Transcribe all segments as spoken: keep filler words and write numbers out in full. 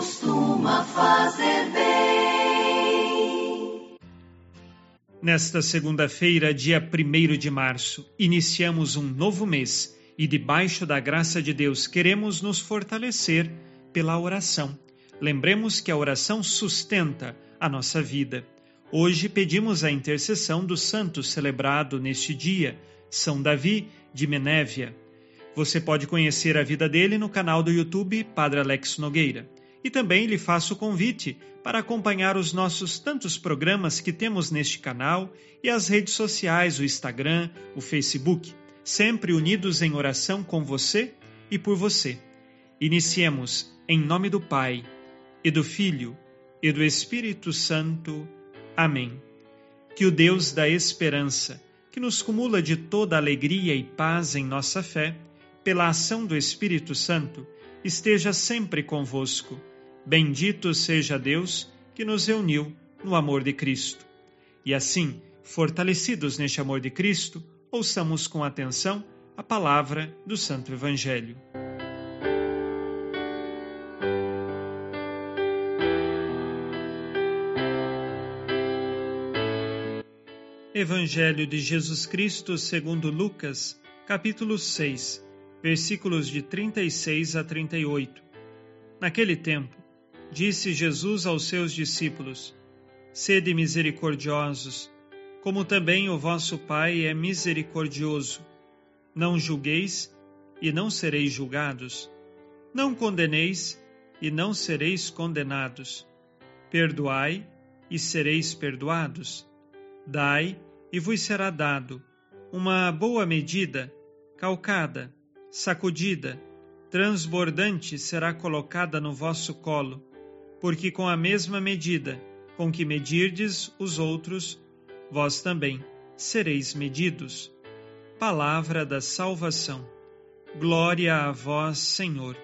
costuma fazer bem. Nesta segunda-feira, dia primeiro de março, iniciamos um novo mês e, debaixo da graça de Deus, queremos nos fortalecer pela oração. Lembremos que a oração sustenta a nossa vida. Hoje pedimos a intercessão do santo celebrado neste dia, São Davi de Menévia. Você pode conhecer a vida dele no canal do YouTube Padre Alex Nogueira. E também lhe faço o convite para acompanhar os nossos tantos programas que temos neste canal e as redes sociais, o Instagram, o Facebook, sempre unidos em oração com você e por você. Iniciemos em nome do Pai, e do Filho, e do Espírito Santo. Amém. Que o Deus da esperança, que nos cumula de toda alegria e paz em nossa fé, pela ação do Espírito Santo, esteja sempre convosco. Bendito seja Deus que nos reuniu no amor de Cristo. E assim, fortalecidos neste amor de Cristo, ouçamos com atenção a palavra do Santo Evangelho. Evangelho de Jesus Cristo segundo Lucas, capítulo seis, versículos de trinta e seis a trinta e oito. Naquele tempo, disse Jesus aos seus discípulos: Sede misericordiosos, como também o vosso Pai é misericordioso. Não julgueis, e não sereis julgados. Não condeneis, e não sereis condenados. Perdoai, e sereis perdoados. Dai, e vos será dado, uma boa medida, calcada, sacudida, transbordante será colocada no vosso colo, porque com a mesma medida com que medirdes os outros, vós também sereis medidos. Palavra da salvação. Glória a vós, Senhor.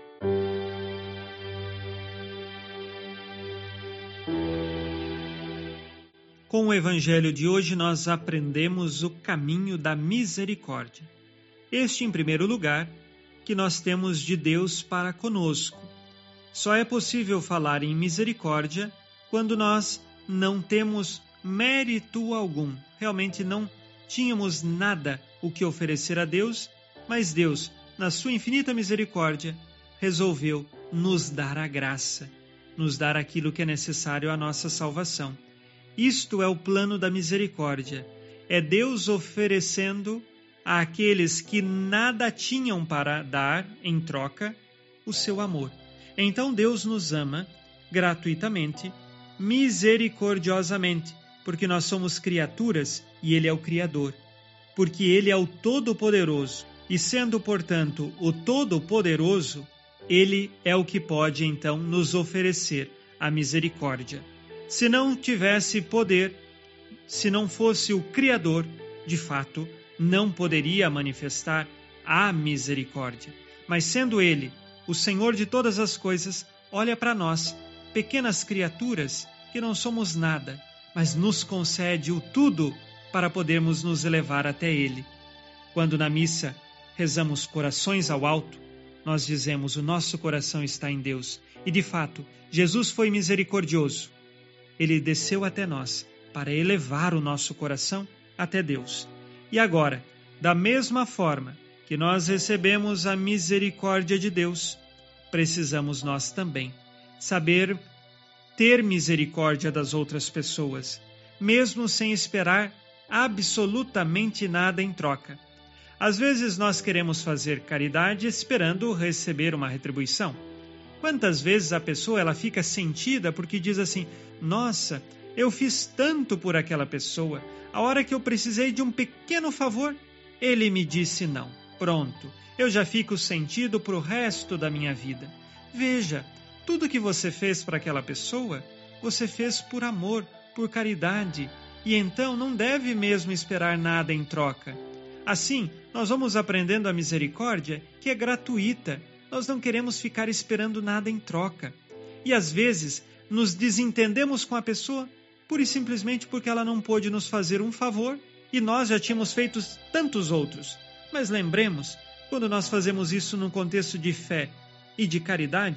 Com o Evangelho de hoje, nós aprendemos o caminho da misericórdia. Este, em primeiro lugar, que nós temos de Deus para conosco. Só é possível falar em misericórdia quando nós não temos mérito algum. Realmente não tínhamos nada o que oferecer a Deus, mas Deus, na sua infinita misericórdia, resolveu nos dar a graça, nos dar aquilo que é necessário à nossa salvação. Isto é o plano da misericórdia. É Deus oferecendo àqueles que nada tinham para dar em troca o seu amor. Então Deus nos ama gratuitamente, misericordiosamente, porque nós somos criaturas e Ele é o Criador. Porque Ele é o Todo-Poderoso e, sendo, portanto, o Todo-Poderoso, Ele é o que pode, então, nos oferecer a misericórdia. Se não tivesse poder, se não fosse o Criador, de fato, não poderia manifestar a misericórdia. Mas sendo Ele o Senhor de todas as coisas, olha para nós, pequenas criaturas, que não somos nada, mas nos concede o tudo para podermos nos elevar até Ele. Quando na missa rezamos corações ao alto, nós dizemos: o nosso coração está em Deus. E de fato, Jesus foi misericordioso. Ele desceu até nós para elevar o nosso coração até Deus. E agora, da mesma forma que nós recebemos a misericórdia de Deus, precisamos nós também saber ter misericórdia das outras pessoas, mesmo sem esperar absolutamente nada em troca. Às vezes nós queremos fazer caridade esperando receber uma retribuição. Quantas vezes a pessoa ela fica sentida porque diz assim: nossa, eu fiz tanto por aquela pessoa, a hora que eu precisei de um pequeno favor, ele me disse não. Pronto, eu já fico sentido para o resto da minha vida. Veja, tudo que você fez para aquela pessoa, você fez por amor, por caridade, e então não deve mesmo esperar nada em troca. Assim, nós vamos aprendendo a misericórdia, que é gratuita. Nós não queremos ficar esperando nada em troca. E às vezes nos desentendemos com a pessoa pura e simplesmente porque ela não pôde nos fazer um favor e nós já tínhamos feito tantos outros. Mas lembremos, quando nós fazemos isso num contexto de fé e de caridade,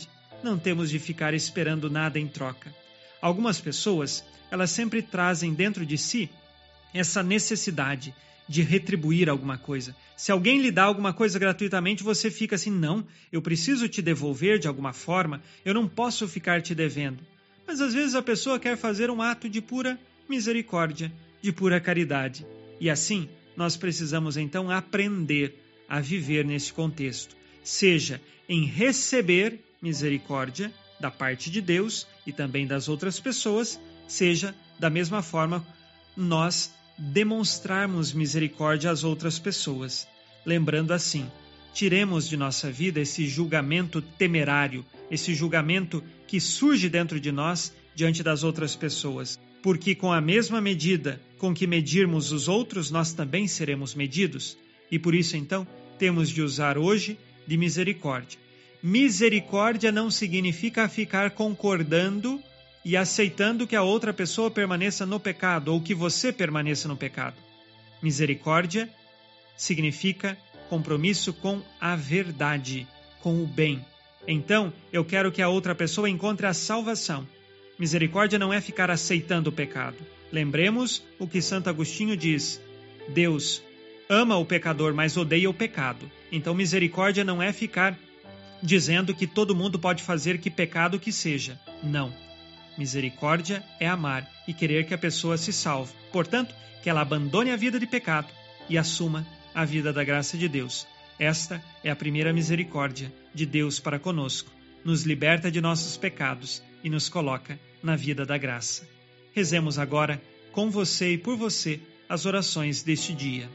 não temos de ficar esperando nada em troca. Algumas pessoas, elas sempre trazem dentro de si essa necessidade de retribuir alguma coisa. Se alguém lhe dá alguma coisa gratuitamente, você fica assim, não, eu preciso te devolver de alguma forma, eu não posso ficar te devendo. Mas às vezes a pessoa quer fazer um ato de pura misericórdia, de pura caridade. E assim, nós precisamos então aprender a viver nesse contexto, seja em receber misericórdia da parte de Deus e também das outras pessoas, seja da mesma forma nós demonstrarmos misericórdia às outras pessoas. Lembrando assim, tiremos de nossa vida esse julgamento temerário, esse julgamento que surge dentro de nós diante das outras pessoas, porque com a mesma medida com que medirmos os outros, nós também seremos medidos, e por isso então temos de usar hoje de misericórdia. Misericórdia não significa ficar concordando e aceitando que a outra pessoa permaneça no pecado ou que você permaneça no pecado. Misericórdia significa compromisso com a verdade, com o bem. Então, eu quero que a outra pessoa encontre a salvação. Misericórdia não é ficar aceitando o pecado. Lembremos o que Santo Agostinho diz: Deus ama o pecador, mas odeia o pecado. Então, misericórdia não é ficar dizendo que todo mundo pode fazer que pecado que seja. Não. Misericórdia é amar e querer que a pessoa se salve. Portanto, que ela abandone a vida de pecado e assuma a vida da graça de Deus. Esta é a primeira misericórdia de Deus para conosco. Nos liberta de nossos pecados e nos coloca na vida da graça. Rezemos agora, com você e por você, as orações deste dia.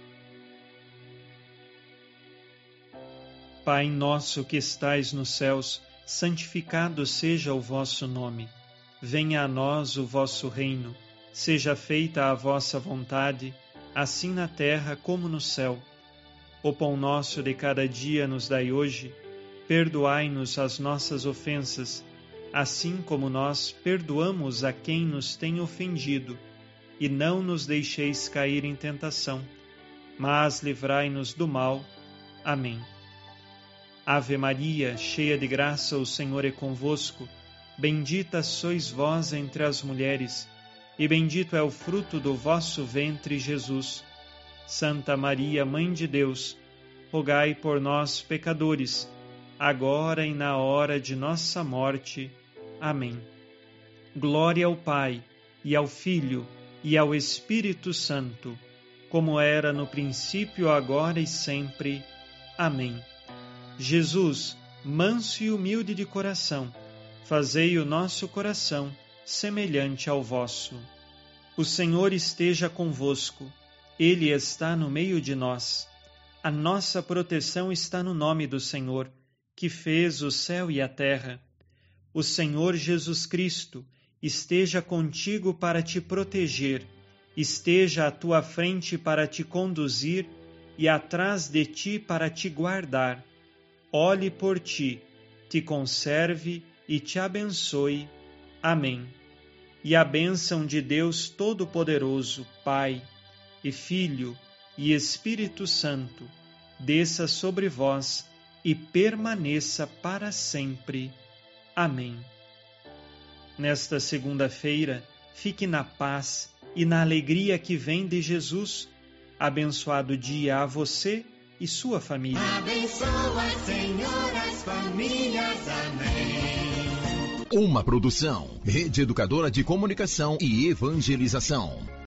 Pai nosso que estais nos céus, santificado seja o vosso nome. Venha a nós o vosso reino, seja feita a vossa vontade, assim na terra como no céu. O pão nosso de cada dia nos dai hoje, perdoai-nos as nossas ofensas, assim como nós perdoamos a quem nos tem ofendido, e não nos deixeis cair em tentação, mas livrai-nos do mal. Amém. Ave Maria, cheia de graça, o Senhor é convosco. Bendita sois vós entre as mulheres, e bendito é o fruto do vosso ventre, Jesus. Santa Maria, Mãe de Deus, rogai por nós, pecadores, agora e na hora de nossa morte. Amém. Glória ao Pai, e ao Filho, e ao Espírito Santo, como era no princípio, agora e sempre. Amém. Jesus, manso e humilde de coração, fazei o nosso coração semelhante ao vosso. O Senhor esteja convosco, Ele está no meio de nós. A nossa proteção está no nome do Senhor, que fez o céu e a terra. O Senhor Jesus Cristo esteja contigo para te proteger, esteja à tua frente para te conduzir e atrás de ti para te guardar. Olhe por ti, te conserve e te abençoe. Amém. E a bênção de Deus Todo-Poderoso, Pai, e Filho, e Espírito Santo, desça sobre vós e permaneça para sempre. Amém. Nesta segunda-feira, fique na paz e na alegria que vem de Jesus. Abençoado dia a você e sua família. Abençoa, Senhor, as famílias. Amém. Uma produção, Rede Educadora de Comunicação e Evangelização.